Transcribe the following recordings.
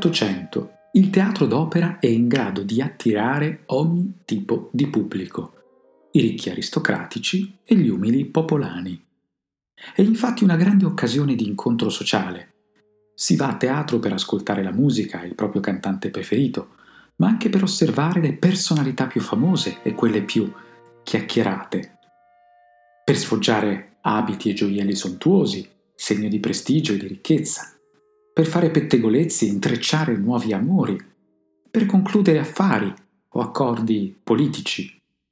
nell'Ottocento il teatro d'opera è in grado di attirare ogni tipo di pubblico, i ricchi aristocratici e gli umili popolani. È infatti una grande occasione di incontro sociale. Si va a teatro per ascoltare la musica e il proprio cantante preferito, ma anche per osservare le personalità più famose e quelle più chiacchierate, per sfoggiare abiti e gioielli sontuosi, segno di prestigio e di ricchezza, per fare pettegolezzi e intrecciare nuovi amori, per concludere affari o accordi politici.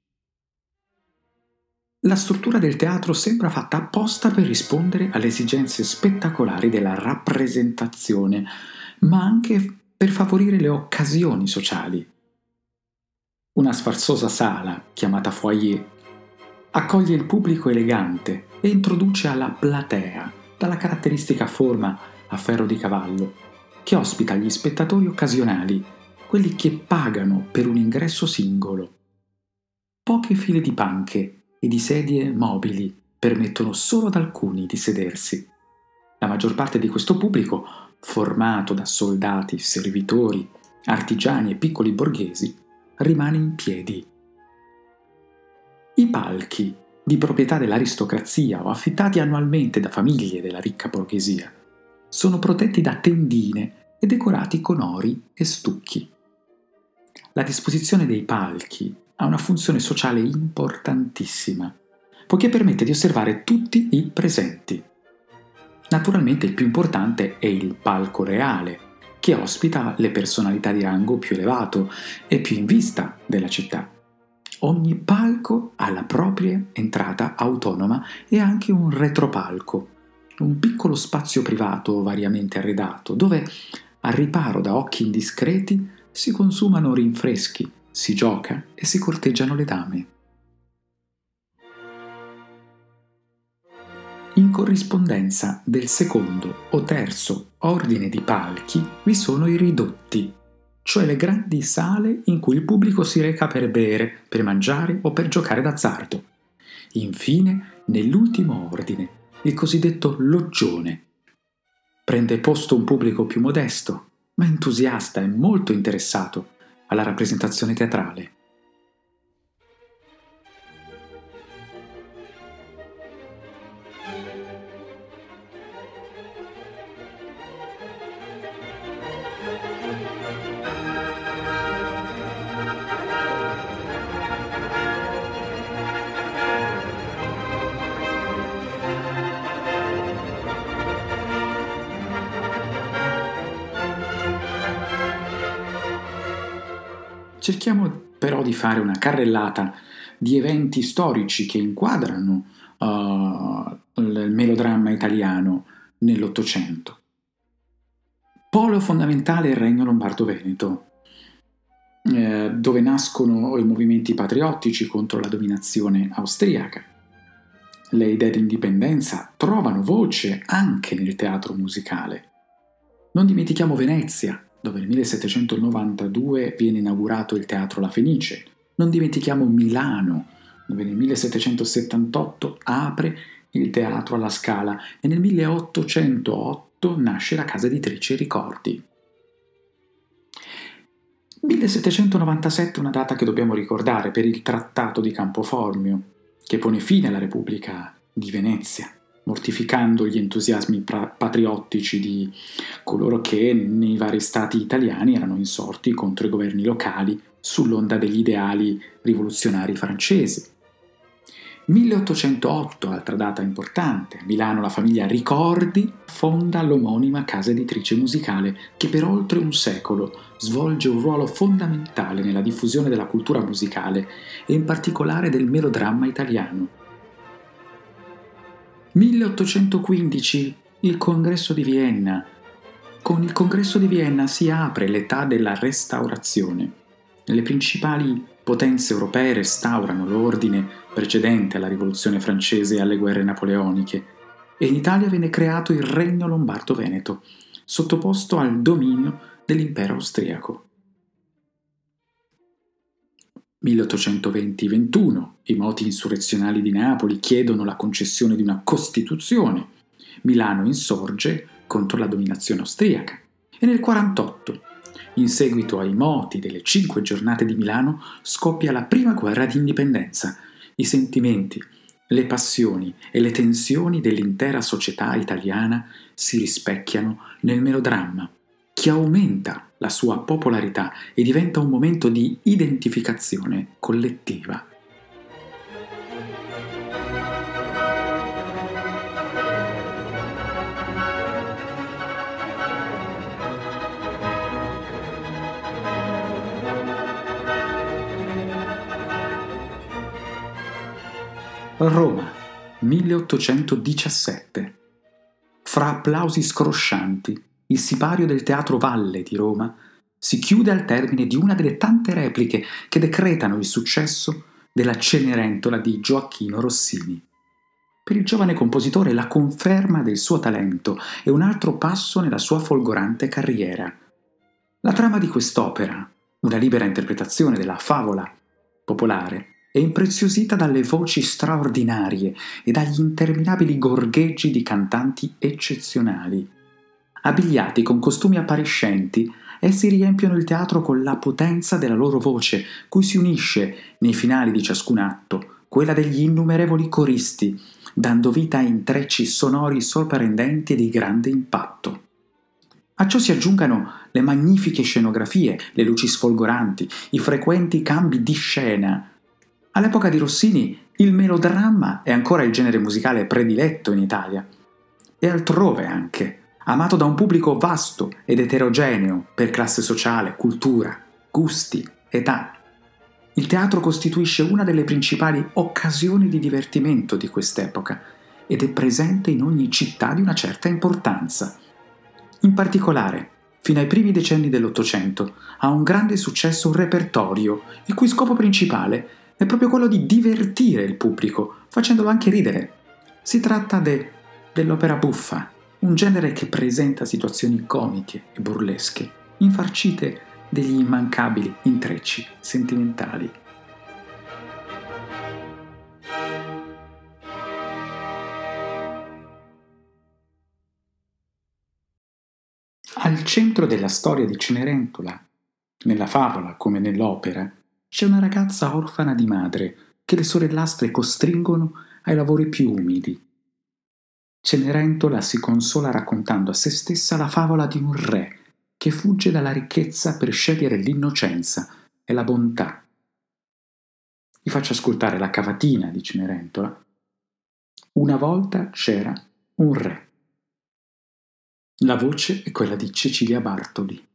La struttura del teatro sembra fatta apposta per rispondere alle esigenze spettacolari della rappresentazione, ma anche per favorire le occasioni sociali. Una sfarzosa sala, chiamata foyer, accoglie il pubblico elegante e introduce alla platea, dalla caratteristica forma a ferro di cavallo, che ospita gli spettatori occasionali, quelli che pagano per un ingresso singolo. Poche file di panche e di sedie mobili permettono solo ad alcuni di sedersi. La maggior parte di questo pubblico, formato da soldati, servitori, artigiani e piccoli borghesi, rimane in piedi. I palchi, di proprietà dell'aristocrazia o affittati annualmente da famiglie della ricca borghesia, sono protetti da tendine e decorati con ori e stucchi. La disposizione dei palchi ha una funzione sociale importantissima, poiché permette di osservare tutti i presenti. Naturalmente il più importante è il palco reale, che ospita le personalità di rango più elevato e più in vista della città. Ogni palco ha la propria entrata autonoma e anche un retropalco, un piccolo spazio privato variamente arredato, dove, al riparo da occhi indiscreti, si consumano rinfreschi, si gioca e si corteggiano le dame. In corrispondenza del secondo o terzo ordine di palchi vi sono i ridotti, cioè le grandi sale in cui il pubblico si reca per bere, per mangiare o per giocare d'azzardo. Infine, nell'ultimo ordine, il cosiddetto loggione. Prende posto un pubblico più modesto, ma entusiasta e molto interessato alla rappresentazione teatrale. Cerchiamo però di fare una carrellata di eventi storici che inquadrano il melodramma italiano nell'Ottocento. Polo fondamentale è il Regno Lombardo-Veneto, dove nascono i movimenti patriottici contro la dominazione austriaca. Le idee di indipendenza trovano voce anche nel teatro musicale. Non dimentichiamo Venezia, dove nel 1792 viene inaugurato il Teatro La Fenice. Non dimentichiamo Milano, dove nel 1778 apre il Teatro alla Scala e nel 1808 nasce la casa editrice Ricordi. 1797 è una data che dobbiamo ricordare per il Trattato di Campoformio, che pone fine alla Repubblica di Venezia, mortificando gli entusiasmi patriottici di coloro che nei vari stati italiani erano insorti contro i governi locali sull'onda degli ideali rivoluzionari francesi. 1808, altra data importante, a Milano la famiglia Ricordi fonda l'omonima casa editrice musicale che per oltre un secolo svolge un ruolo fondamentale nella diffusione della cultura musicale e in particolare del melodramma italiano. 1815, il Congresso di Vienna. Con il Congresso di Vienna si apre l'età della Restaurazione. Le principali potenze europee restaurano l'ordine precedente alla Rivoluzione francese e alle guerre napoleoniche, e in Italia venne creato il Regno Lombardo-Veneto, sottoposto al dominio dell'impero austriaco. 1820-21, i moti insurrezionali di Napoli chiedono la concessione di una Costituzione. Milano insorge contro la dominazione austriaca E nel 1948, in seguito ai moti delle 5 giornate di Milano, scoppia la prima guerra d'indipendenza. I sentimenti, le passioni e le tensioni dell'intera società italiana si rispecchiano nel melodramma, che aumenta la sua popolarità e diventa un momento di identificazione collettiva. Roma, 1817. Fra applausi scroscianti, il sipario del Teatro Valle di Roma si chiude al termine di una delle tante repliche che decretano il successo della Cenerentola di Gioacchino Rossini. Per il giovane compositore la conferma del suo talento è un altro passo nella sua folgorante carriera. La trama di quest'opera, una libera interpretazione della favola popolare, è impreziosita dalle voci straordinarie e dagli interminabili gorgheggi di cantanti eccezionali. Abbigliati con costumi appariscenti, essi riempiono il teatro con la potenza della loro voce, cui si unisce, nei finali di ciascun atto, quella degli innumerevoli coristi, dando vita a intrecci sonori sorprendenti e di grande impatto. A ciò si aggiungano le magnifiche scenografie, le luci sfolgoranti, i frequenti cambi di scena. All'epoca di Rossini il melodramma è ancora il genere musicale prediletto in Italia e altrove anche, amato da un pubblico vasto ed eterogeneo per classe sociale, cultura, gusti, età. Il teatro costituisce una delle principali occasioni di divertimento di quest'epoca ed è presente in ogni città di una certa importanza. In particolare, fino ai primi decenni dell'Ottocento, ha un grande successo un repertorio, il cui scopo principale è proprio quello di divertire il pubblico, facendolo anche ridere. Si tratta dell'opera buffa, un genere che presenta situazioni comiche e burlesche, infarcite degli immancabili intrecci sentimentali. Al centro della storia di Cenerentola, nella favola come nell'opera, c'è una ragazza orfana di madre che le sorellastre costringono ai lavori più umili. Cenerentola si consola raccontando a se stessa la favola di un re che fugge dalla ricchezza per scegliere l'innocenza e la bontà. Vi faccio ascoltare la cavatina di Cenerentola. Una volta c'era un re. La voce è quella di Cecilia Bartoli.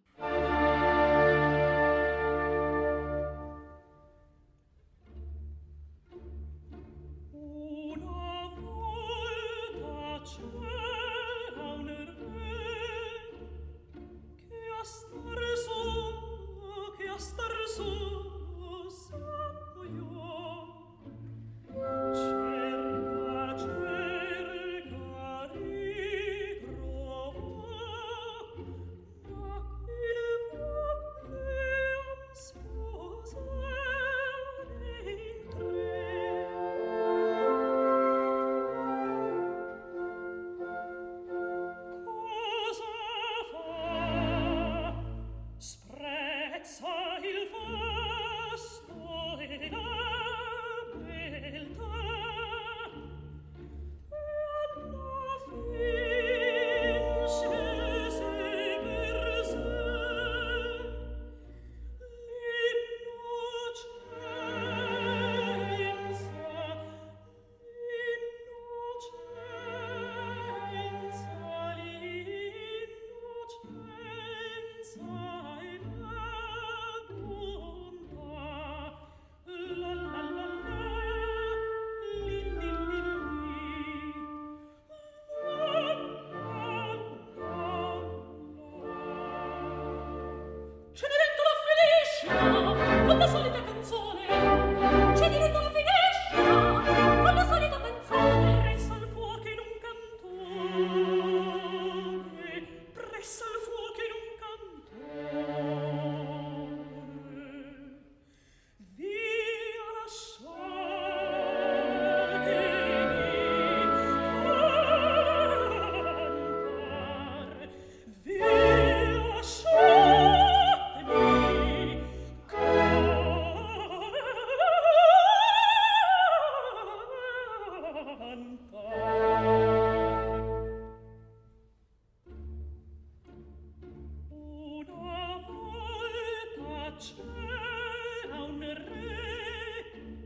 c'era un re,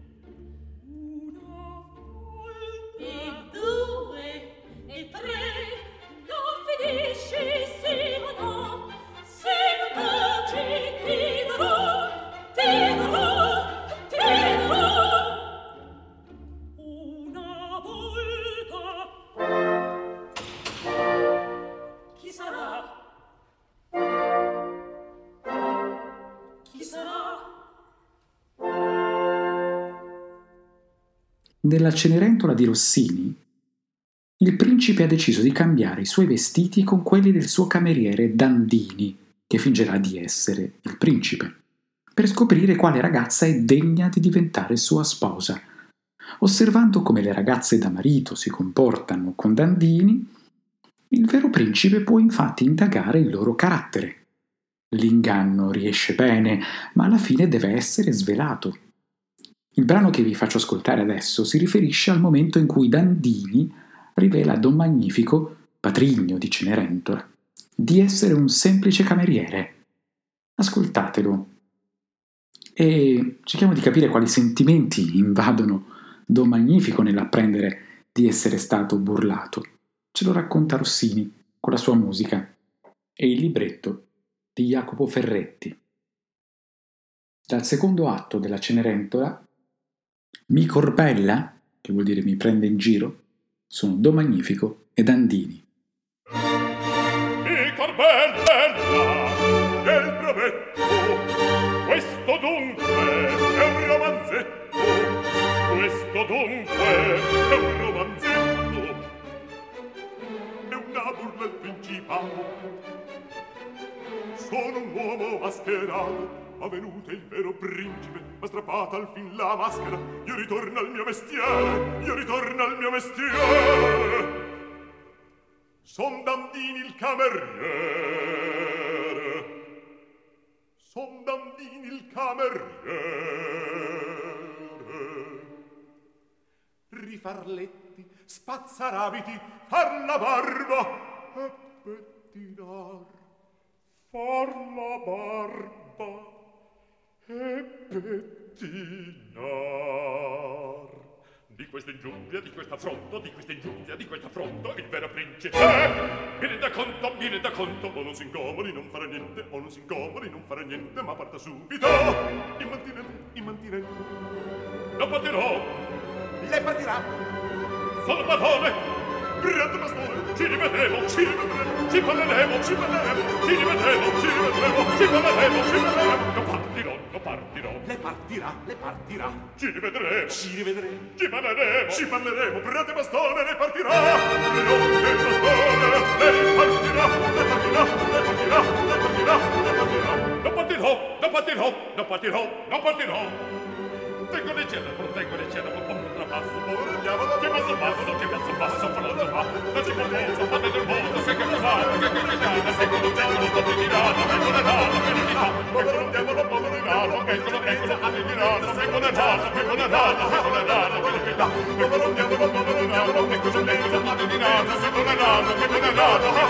una volta e due e tre, non finisci sì o no, se non taci ti darò, ti darò, ti darò. Una volta. Chi sarà? Chi sarà? Nella Cenerentola di Rossini, il principe ha deciso di cambiare i suoi vestiti con quelli del suo cameriere Dandini, che fingerà di essere il principe, per scoprire quale ragazza è degna di diventare sua sposa. Osservando come le ragazze da marito si comportano con Dandini, il vero principe può infatti indagare il loro carattere. L'inganno riesce bene, ma alla fine deve essere svelato. Il brano che vi faccio ascoltare adesso si riferisce al momento in cui Dandini rivela a Don Magnifico, patrigno di Cenerentola, di essere un semplice cameriere. Ascoltatelo e cerchiamo di capire quali sentimenti invadono Don Magnifico nell'apprendere di essere stato burlato. Ce lo racconta Rossini con la sua musica e il libretto di Jacopo Ferretti. Dal secondo atto della Cenerentola, mi corbella, che vuol dire mi prende in giro, sono Don Magnifico e Dandini. Mi corbella del brevetto, questo dunque è un romanzetto, questo dunque è un romanzetto, è una burla al principato. Sono un uomo mascherato, ma venuto il vero principe, m'ha strappata al fin la maschera, io ritorno al mio mestiere, io ritorno al mio mestiere. Son Dandini il cameriere, son Dandini il cameriere. Rifar letti, spazzar abiti, far la barba e pettinar. Far la barba e pettinar. Di questa ingiuria, di questa affronto, di questa ingiuria, di questa affronto, il vero principe mi renda conto, o non si incomodi, non farà niente, o non si incomodi, non farà niente, ma parta subito. Immantinente, non partirò. Lei partirà. Sono padrone, grande bastone, ci rivedremo, ci rivedremo, ci parleremo, ci parleremo, ci rivedremo, ci rivedremo, ci parleremo, ci parleremo. Non partirò, non partirò. Lei partirà, lei partirà. Ci rivedremo, ci rivedremo, ci parleremo, grande bastone, lei partirà. Grande bastone, lei partirà, lei partirà, lei partirà, lei partirà, lei partirà. Non partirò, non partirò, non partirò, non partirò. Tengo leggenda, proteggo leggenda, ma un trapasso, povero diavolo, che passo basso, fallo fa, non ci potenza, fate del mondo, sei che cos'ha, sei che cos'ha, sei che non tengo, sto di tirata, vengo da nata, verità, povero diavolo, povero diavolo, eccolo, fate di nata, vengo da nata, verità, povero diavolo, ecco gendenza, fate di nata, vengo da nata, verità,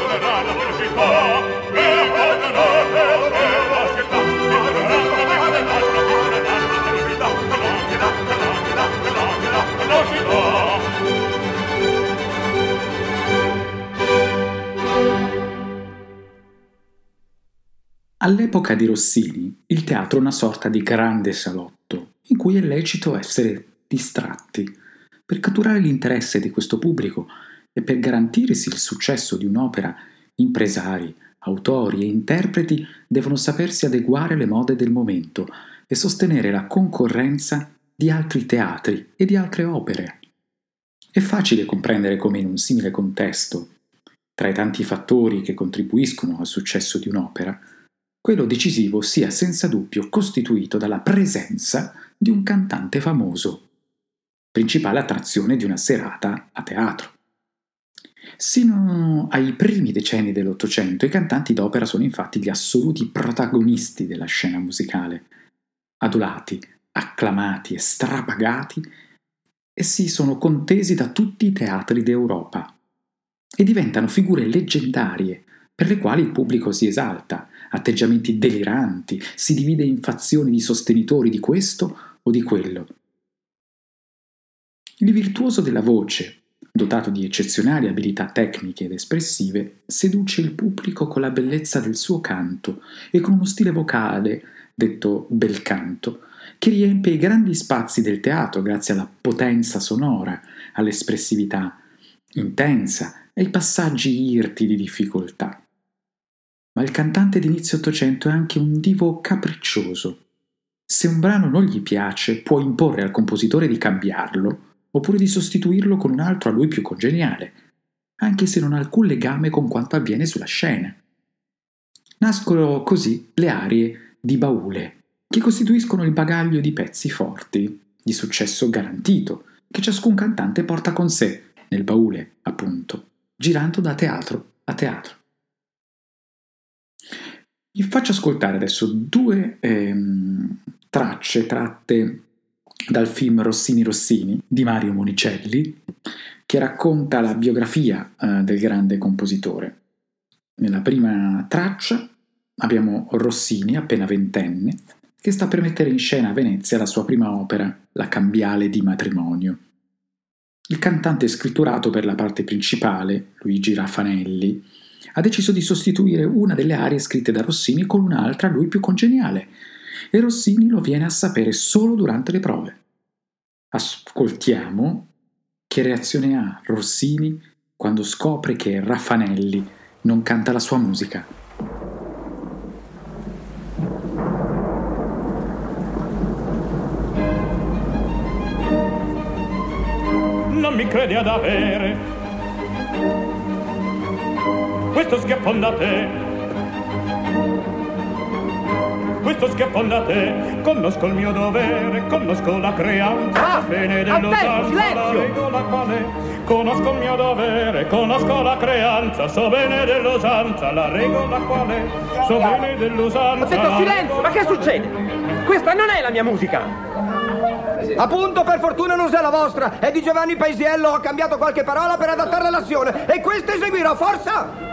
All'epoca di Rossini, il teatro è una sorta di grande salotto in cui è lecito essere distratti. Per catturare l'interesse di questo pubblico e per garantirsi il successo di un'opera, impresari, autori e interpreti devono sapersi adeguare alle mode del momento e sostenere la concorrenza di altri teatri e di altre opere. È facile comprendere come in un simile contesto, tra i tanti fattori che contribuiscono al successo di un'opera, quello decisivo sia senza dubbio costituito dalla presenza di un cantante famoso, principale attrazione di una serata a teatro. Sino ai primi decenni dell'Ottocento i cantanti d'opera sono infatti gli assoluti protagonisti della scena musicale. Adulati, acclamati e strapagati, essi sono contesi da tutti i teatri d'Europa e diventano figure leggendarie per le quali il pubblico si esalta, atteggiamenti deliranti, si divide in fazioni di sostenitori di questo o di quello. Il virtuoso della voce, dotato di eccezionali abilità tecniche ed espressive, seduce il pubblico con la bellezza del suo canto e con uno stile vocale, detto bel canto, che riempie i grandi spazi del teatro grazie alla potenza sonora, all'espressività intensa e ai passaggi irti di difficoltà. Ma il cantante d'inizio Ottocento è anche un divo capriccioso. Se un brano non gli piace, può imporre al compositore di cambiarlo oppure di sostituirlo con un altro a lui più congeniale, anche se non ha alcun legame con quanto avviene sulla scena. Nascono così le arie di baule, che costituiscono il bagaglio di pezzi forti, di successo garantito, che ciascun cantante porta con sé, nel baule, appunto, girando da teatro a teatro. Vi faccio ascoltare adesso due tracce tratte dal film Rossini di Mario Monicelli, che racconta la biografia del grande compositore. Nella prima traccia abbiamo Rossini, appena ventenne, che sta per mettere in scena a Venezia la sua prima opera, La Cambiale di matrimonio. Il cantante scritturato per la parte principale, Luigi Raffanelli, ha deciso di sostituire una delle arie scritte da Rossini con un'altra a lui più congeniale, e Rossini lo viene a sapere solo durante le prove. Ascoltiamo che reazione ha Rossini quando scopre che Raffanelli non canta la sua musica. Non mi credi ad avere questo schiaffon da te, questo schiaffon da te. Conosco il mio dovere, conosco la creanza, bene dell'usanza, la regola quale. Conosco il mio dovere, conosco la creanza, so bene dell'usanza, la regola quale. So bene dell'usanza. Ho detto silenzio, ma che succede? Questa non è la mia musica. Appunto, per fortuna non sei la vostra. È di Giovanni Paisiello, ho cambiato qualche parola per adattarla all'azione. E questa eseguirò, forza!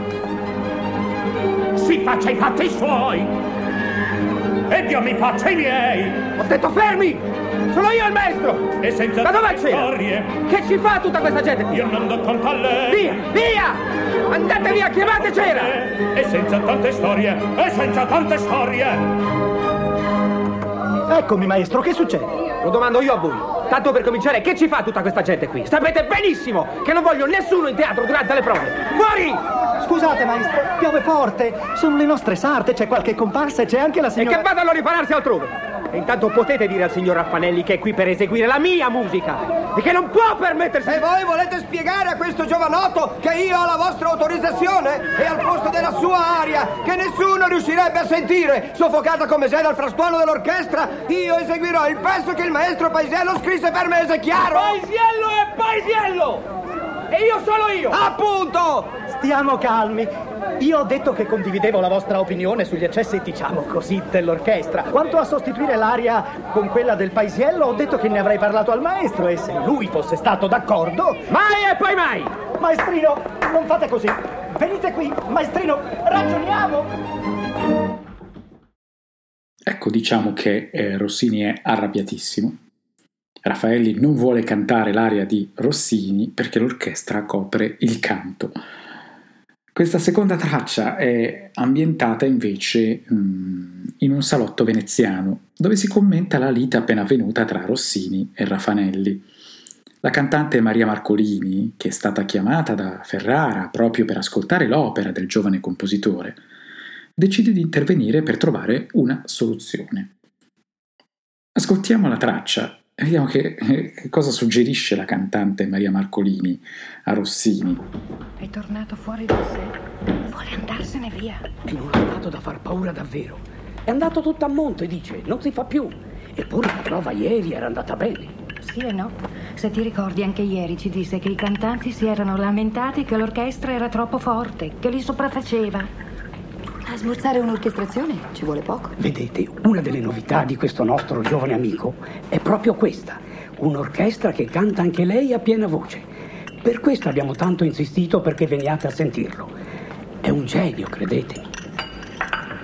Si faccia i fatti suoi e Dio mi faccia i miei. Ho detto fermi! Sono io il maestro! E senza Ma dov'è c'era? storie Che ci fa tutta questa gente qui? io non do conto a lei. Via, via! Andate via, chiamate c'era! E senza tante storie, e senza tante storie. Eccomi, maestro, che succede? Lo domando io a voi. Tanto per cominciare, che ci fa tutta questa gente qui? Sapete benissimo che non voglio nessuno in teatro durante le prove. Fuori! Scusate, maestro, piove forte. Sono le nostre sarte, c'è qualche comparsa e c'è anche la signora... E che vadano a ripararsi altrove. E intanto potete dire al signor Raffanelli che è qui per eseguire la mia musica e che non può permettersi... E voi volete spiegare a questo giovanotto che io ho la vostra autorizzazione? E al posto della sua aria, che nessuno riuscirebbe a sentire, soffocata come sei dal frastuono dell'orchestra, io eseguirò il pezzo che il maestro Paisiello scrisse per me, è chiaro? Paisiello è Paisiello! E io sono io! Appunto! Stiamo calmi. Io ho detto che condividevo la vostra opinione sugli eccessi, diciamo così, dell'orchestra. Quanto a sostituire l'aria con quella del Paisiello, ho detto che ne avrei parlato al maestro e se lui fosse stato d'accordo... Mai e poi mai! Maestrino, non fate così. Venite qui, maestrino, ragioniamo. Ecco, diciamo che Rossini è arrabbiatissimo. Raffaelli non vuole cantare l'aria di Rossini perché l'orchestra copre il canto. Questa seconda traccia è ambientata invece in un salotto veneziano, dove si commenta la lite appena avvenuta tra Rossini e Raffanelli. La cantante Maria Marcolini, che è stata chiamata da Ferrara proprio per ascoltare l'opera del giovane compositore, decide di intervenire per trovare una soluzione. Ascoltiamo la traccia e vediamo che cosa suggerisce la cantante Maria Marcolini a Rossini. È tornato fuori da sé. Vuole andarsene via. È in uno stato da far paura davvero. È andato tutto a monte, dice, non si fa più. Eppure la prova ieri era andata bene. Sì e no. Se ti ricordi, anche ieri ci disse che i cantanti si erano lamentati che l'orchestra era troppo forte, che li sopraffaceva. A smorzare un'orchestrazione ci vuole poco. Vedete, una delle novità di questo nostro giovane amico è proprio questa. Un'orchestra che canta anche lei a piena voce. Per questo abbiamo tanto insistito perché veniate a sentirlo. È un genio, credetemi.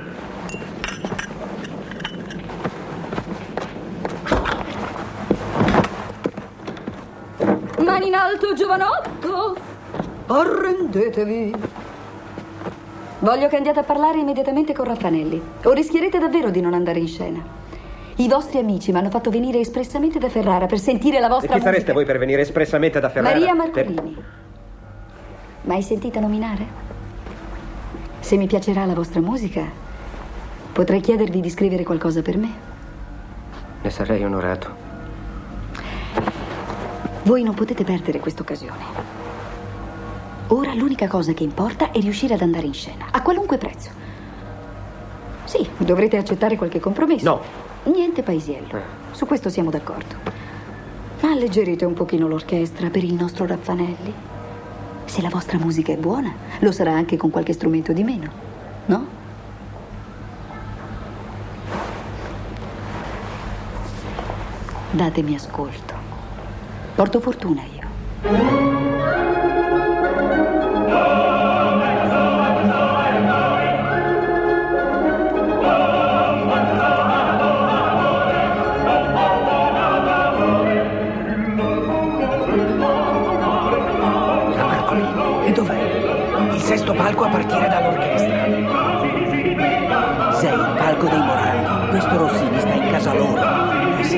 mani in alto, giovanotto! Arrendetevi. Voglio che andiate a parlare immediatamente con Raffanelli, o rischierete davvero di non andare in scena. I vostri amici mi hanno fatto venire espressamente da Ferrara per sentire la vostra E chi musica. sareste voi per venire espressamente da Ferrara? Maria Marcolini. Mai sentita nominare? Se mi piacerà la vostra musica, potrei chiedervi di scrivere qualcosa per me. Ne sarei onorato. Voi non potete perdere questa occasione. Ora l'unica cosa che importa è riuscire ad andare in scena, a qualunque prezzo. Sì, dovrete accettare qualche compromesso. No. Niente paesiello. Su questo siamo d'accordo. Ma alleggerite un pochino l'orchestra per il nostro Raffanelli. Se la vostra musica è buona, lo sarà anche con qualche strumento di meno, no? Datemi ascolto. Porto fortuna io. E dov'è? Il sesto palco a partire dall'orchestra. Sei il palco dei Morandi. Questo Rossini sta in casa loro. Sì.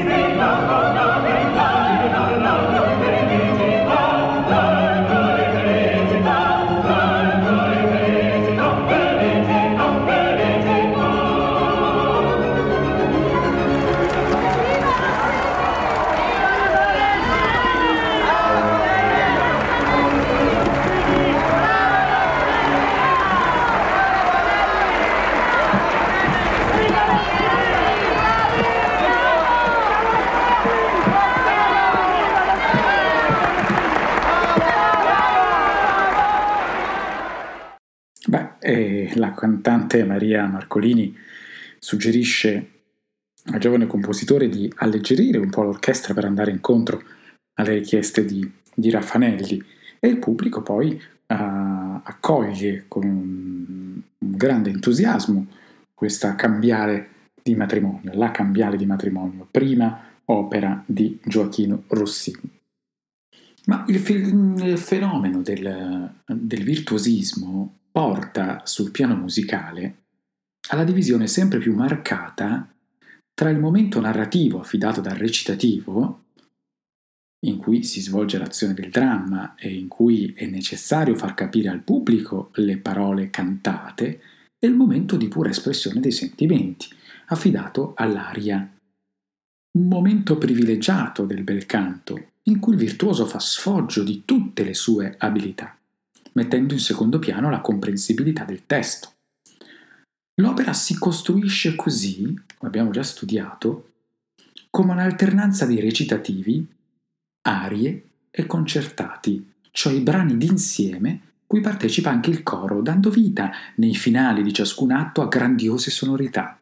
La cantante Maria Marcolini suggerisce al giovane compositore di alleggerire un po' l'orchestra per andare incontro alle richieste di Raffanelli, e il pubblico poi accoglie con un grande entusiasmo questa cambiale di matrimonio, la cambiale di matrimonio, prima opera di Gioachino Rossini. Ma il fenomeno del virtuosismo porta sul piano musicale alla divisione sempre più marcata tra il momento narrativo affidato dal recitativo, in cui si svolge l'azione del dramma e in cui è necessario far capire al pubblico le parole cantate, e il momento di pura espressione dei sentimenti, affidato all'aria. Un momento privilegiato del bel canto, in cui il virtuoso fa sfoggio di tutte le sue abilità, mettendo in secondo piano la comprensibilità del testo. L'opera si costruisce così, come abbiamo già studiato, come un'alternanza di recitativi, arie e concertati, cioè i brani d'insieme cui partecipa anche il coro, dando vita nei finali di ciascun atto a grandiose sonorità.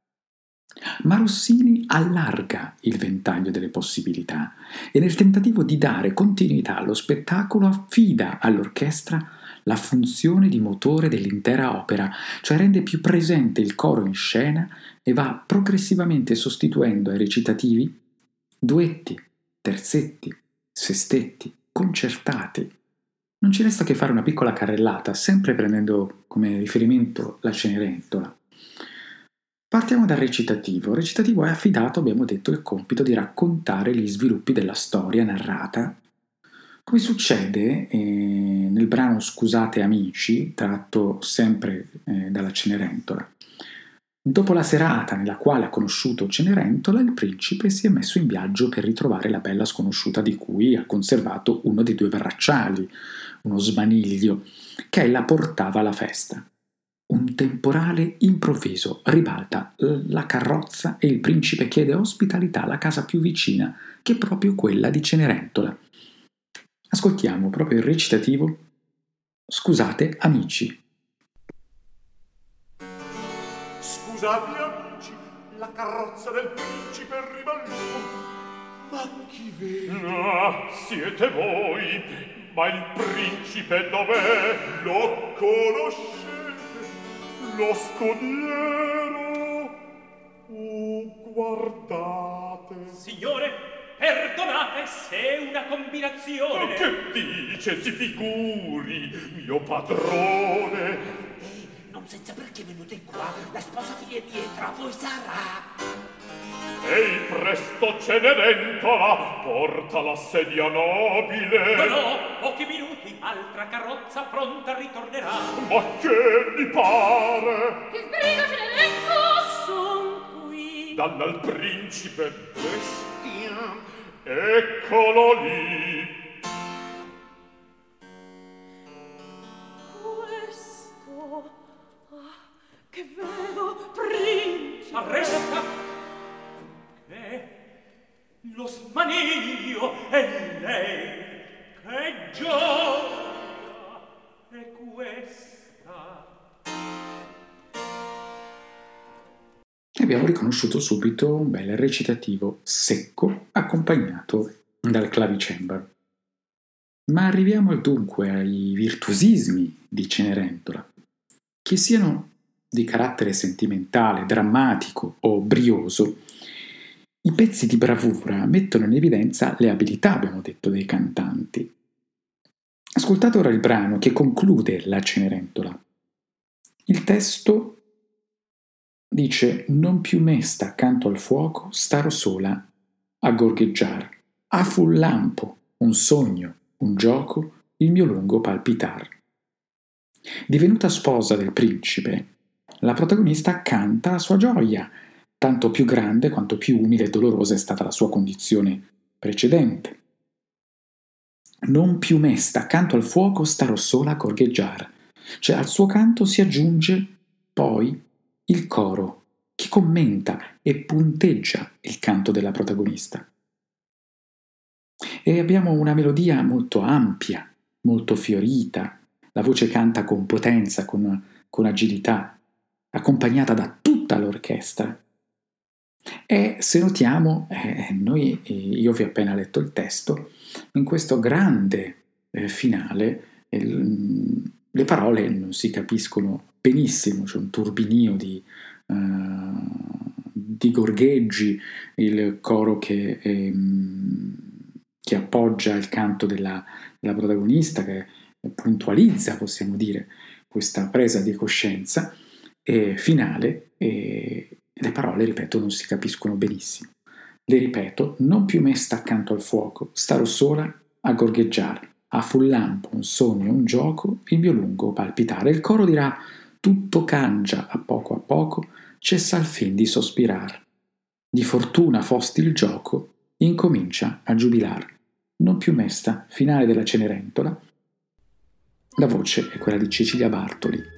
Ma Rossini allarga il ventaglio delle possibilità e nel tentativo di dare continuità allo spettacolo affida all'orchestra la funzione di motore dell'intera opera, cioè rende più presente il coro in scena e va progressivamente sostituendo ai recitativi duetti, terzetti, sestetti, concertati. Non ci resta che fare una piccola carrellata, sempre prendendo come riferimento la Cenerentola. Partiamo dal recitativo. Il recitativo è affidato, abbiamo detto, il compito di raccontare gli sviluppi della storia narrata, come succede nel brano Scusate amici, tratto sempre dalla Cenerentola. Dopo la serata nella quale ha conosciuto Cenerentola, il principe si è messo in viaggio per ritrovare la bella sconosciuta di cui ha conservato uno dei due bracciali, uno smaniglio, che ella portava alla festa. Un temporale improvviso ribalta la carrozza e il principe chiede ospitalità alla casa più vicina, che è proprio quella di Cenerentola. Ascoltiamo proprio il recitativo Scusate amici. Scusate amici, la carrozza del principe è ribaltò. Ma chi vede? Ah, siete voi, ma il principe dov'è? Lo conoscete? Lo scodiero? Oh, guardate. Signore, perdonate. se una combinazione. Che dice, si figuri, mio padrone? Non senza perché venute qua, la sposa figlia dietro a voi sarà. Ehi, presto, Cenerentola, porta la sedia nobile. No, pochi minuti, altra carrozza pronta ritornerà. Ma che mi pare? Che sbriga Cenerentola! Son qui. Danna al principe bestia. Eccolo lì. Questo... che vedo, principe! Arresta! Che lo smaniglio è lei, che gioia è questa. Abbiamo riconosciuto subito un bel recitativo secco accompagnato dal clavicembalo. Ma arriviamo dunque ai virtuosismi di Cenerentola, che siano di carattere sentimentale, drammatico o brioso. I pezzi di bravura mettono in evidenza le abilità, abbiamo detto, dei cantanti. Ascoltate ora il brano che conclude la Cenerentola. Il testo dice: non più mesta accanto al fuoco, starò sola a gorgheggiar. A fu un lampo, un sogno, un gioco, il mio lungo palpitar. Divenuta sposa del principe, la protagonista canta la sua gioia, tanto più grande quanto più umile e dolorosa è stata la sua condizione precedente. Non più mesta accanto al fuoco, starò sola a gorgheggiar. Cioè al suo canto si aggiunge poi il coro che commenta e punteggia il canto della protagonista. E abbiamo una melodia molto ampia, molto fiorita, la voce canta con potenza, con agilità, accompagnata da tutta l'orchestra. E se notiamo, io vi ho appena letto il testo, in questo grande finale le parole non si capiscono benissimo, c'è un turbinio di gorgheggi, il coro che appoggia il canto della protagonista, che puntualizza, possiamo dire, questa presa di coscienza finale, e le parole, ripeto, non si capiscono benissimo. Le ripeto: non più mesta accanto al fuoco, starò sola a gorgheggiare. A fu un lampo, un sogno, un gioco, il mio lungo palpitare. Il coro dirà: tutto cangia a poco, cessa al fin di sospirar. Di fortuna fosti il gioco, incomincia a giubilar. Non più mesta, finale della Cenerentola. La voce è quella di Cecilia Bartoli.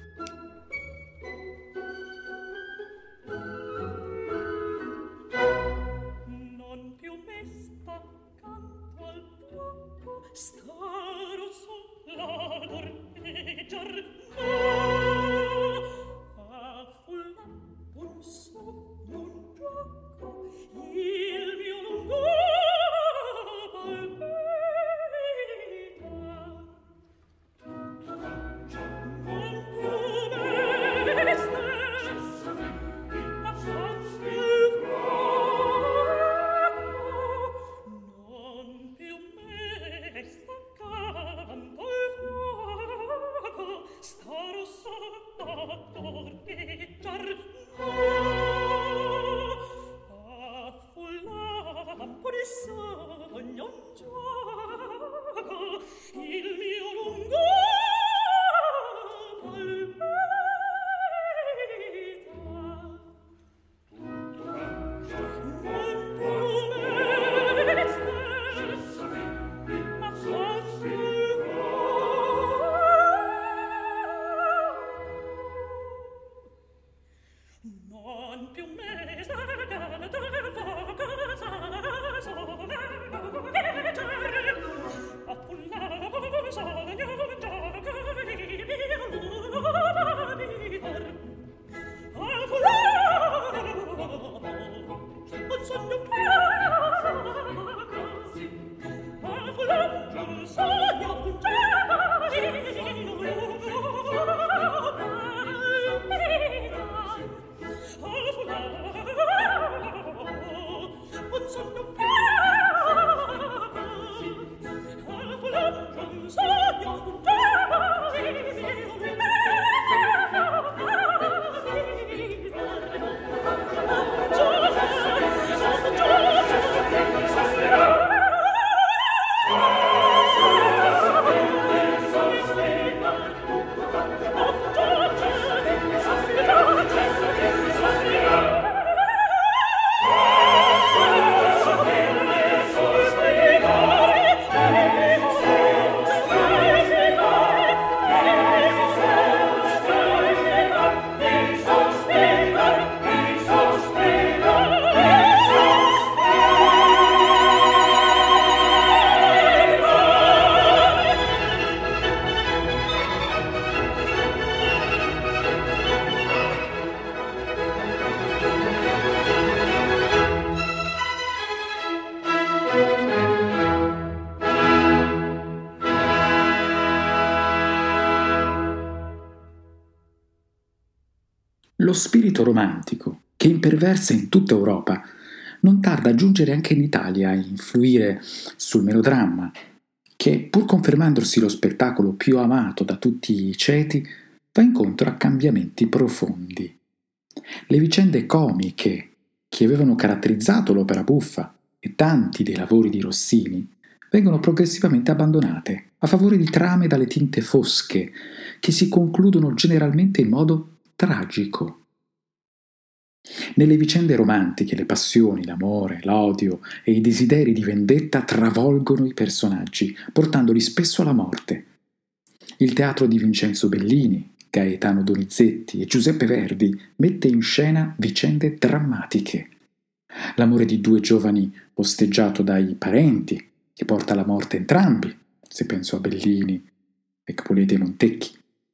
Lo spirito romantico, che imperversa in tutta Europa, non tarda a giungere anche in Italia a influire sul melodramma, che, pur confermandosi lo spettacolo più amato da tutti i ceti, va incontro a cambiamenti profondi. Le vicende comiche che avevano caratterizzato l'opera buffa e tanti dei lavori di Rossini vengono progressivamente abbandonate a favore di trame dalle tinte fosche che si concludono generalmente in modo tragico. Nelle vicende romantiche le passioni, l'amore, l'odio e i desideri di vendetta travolgono i personaggi, portandoli spesso alla morte. Il teatro di Vincenzo Bellini, Gaetano Donizetti e Giuseppe Verdi mette in scena vicende drammatiche. L'amore di due giovani osteggiato dai parenti, che porta alla morte entrambi, se penso a Bellini e Capuletti e Montecchi.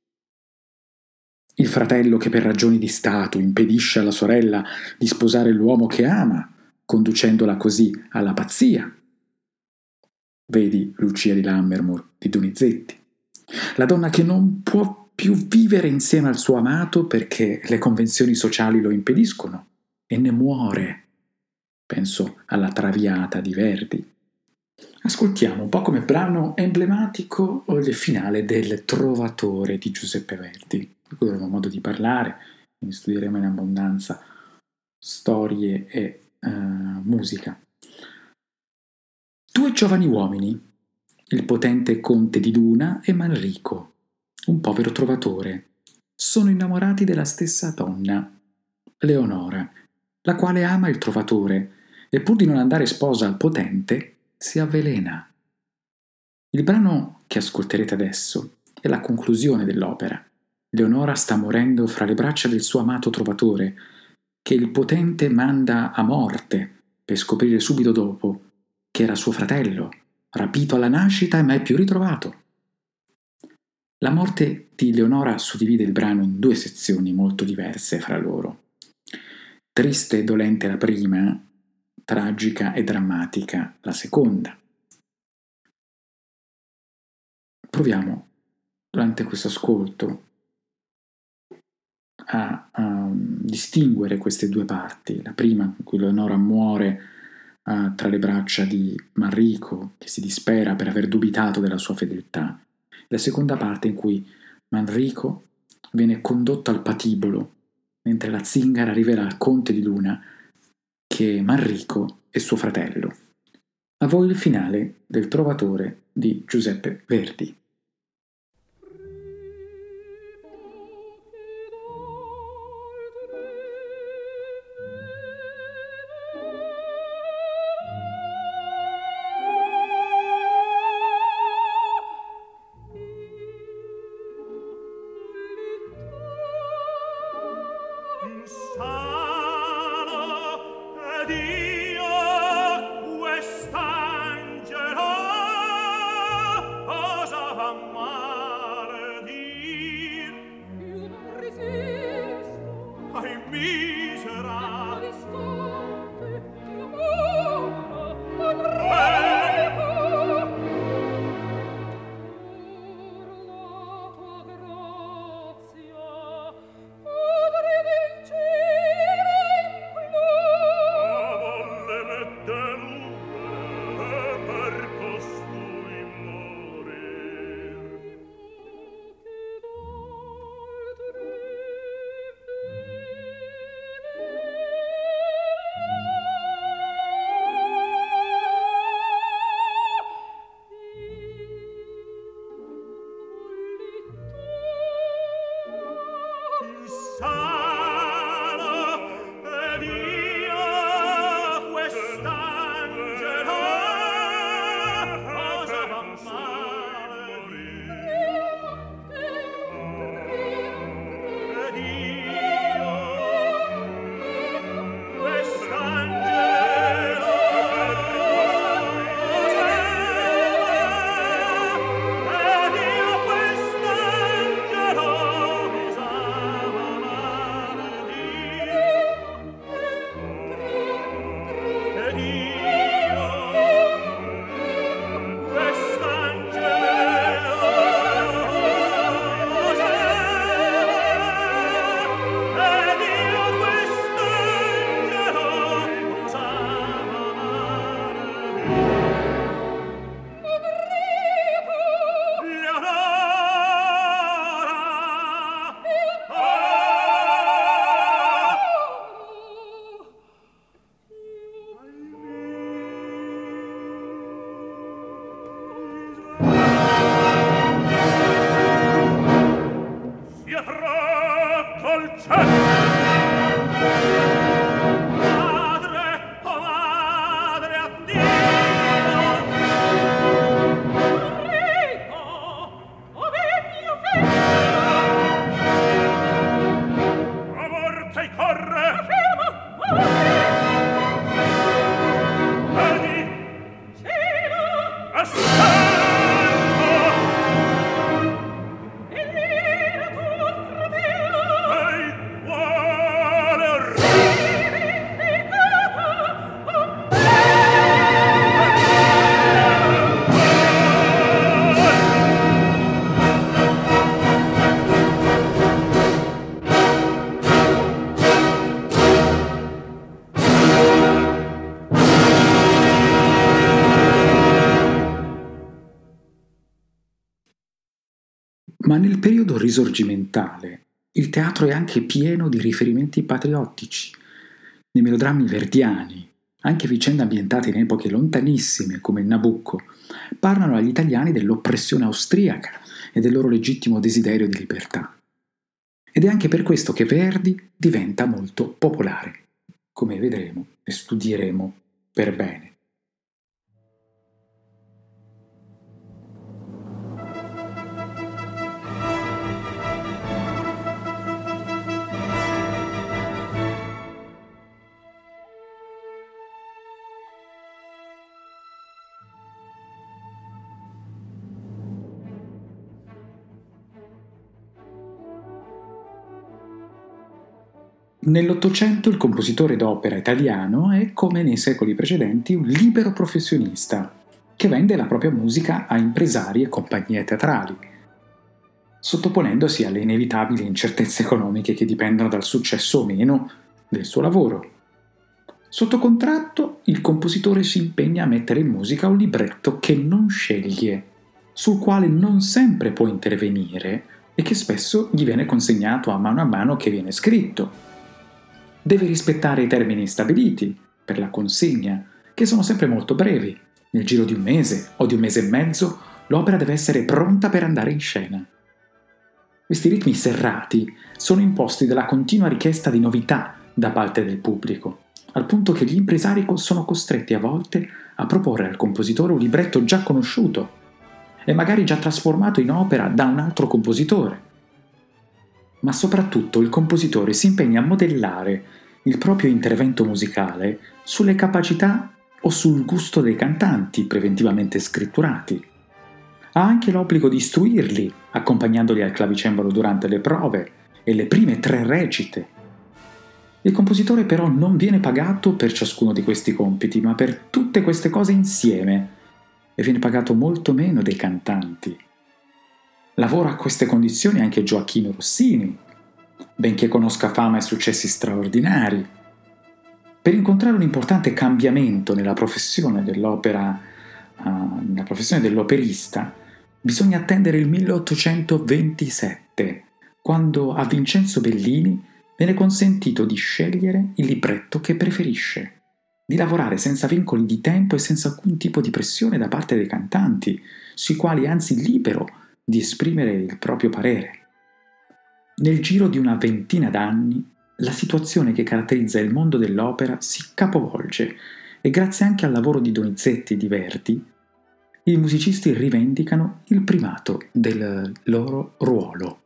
Il fratello che per ragioni di stato impedisce alla sorella di sposare l'uomo che ama, conducendola così alla pazzia. Vedi Lucia di Lammermoor di Donizetti. La donna che non può più vivere insieme al suo amato perché le convenzioni sociali lo impediscono e ne muore. Penso alla Traviata di Verdi. Ascoltiamo un po' come brano emblematico il finale del Trovatore di Giuseppe Verdi, di cui avremo modo di parlare, quindi studieremo in abbondanza storie e musica. Due giovani uomini, il potente conte di Luna e Manrico, un povero trovatore, sono innamorati della stessa donna, Leonora, la quale ama il trovatore e pur di non andare sposa al potente si avvelena. Il brano che ascolterete adesso è la conclusione dell'opera. Leonora sta morendo fra le braccia del suo amato trovatore, che il potente manda a morte per scoprire subito dopo che era suo fratello, rapito alla nascita e mai più ritrovato. La morte di Leonora suddivide il brano in due sezioni molto diverse fra loro. Triste e dolente la prima, tragica e drammatica la seconda. Proviamo, durante questo ascolto, a distinguere queste due parti. La prima, in cui Leonora muore tra le braccia di Manrico, che si dispera per aver dubitato della sua fedeltà. La seconda parte, in cui Manrico viene condotto al patibolo, mentre la zingara rivela al conte di Luna che Manrico è suo fratello. A voi il finale del Trovatore di Giuseppe Verdi. Quest'angelo osa Ma nel periodo risorgimentale il teatro è anche pieno di riferimenti patriottici. Nei melodrammi verdiani, anche vicende ambientate in epoche lontanissime come il Nabucco, parlano agli italiani dell'oppressione austriaca e del loro legittimo desiderio di libertà. Ed è anche per questo che Verdi diventa molto popolare, come vedremo e studieremo per bene. Nell'Ottocento il compositore d'opera italiano è, come nei secoli precedenti, un libero professionista che vende la propria musica a impresari e compagnie teatrali, sottoponendosi alle inevitabili incertezze economiche che dipendono dal successo o meno del suo lavoro. Sotto contratto, il compositore si impegna a mettere in musica un libretto che non sceglie, sul quale non sempre può intervenire e che spesso gli viene consegnato a mano che viene scritto. Deve rispettare i termini stabiliti per la consegna, che sono sempre molto brevi. Nel giro di un mese o di un mese e mezzo l'opera deve essere pronta per andare in scena. Questi ritmi serrati sono imposti dalla continua richiesta di novità da parte del pubblico, al punto che gli impresari sono costretti a volte a proporre al compositore un libretto già conosciuto e magari già trasformato in opera da un altro compositore. Ma soprattutto il compositore si impegna a modellare il proprio intervento musicale sulle capacità o sul gusto dei cantanti preventivamente scritturati. Ha anche l'obbligo di istruirli, accompagnandoli al clavicembalo durante le prove e le prime 3 recite. Il compositore però non viene pagato per ciascuno di questi compiti, ma per tutte queste cose insieme, e viene pagato molto meno dei cantanti. Lavora a queste condizioni anche Gioacchino Rossini, benché conosca fama e successi straordinari. Per incontrare un importante cambiamento nella professione dell'operista, bisogna attendere il 1827, quando a Vincenzo Bellini viene consentito di scegliere il libretto che preferisce, di lavorare senza vincoli di tempo e senza alcun tipo di pressione da parte dei cantanti, sui quali è anzi libero di esprimere il proprio parere. Nel giro di una ventina d'anni, la situazione che caratterizza il mondo dell'opera si capovolge e grazie anche al lavoro di Donizetti e di Verdi, i musicisti rivendicano il primato del loro ruolo.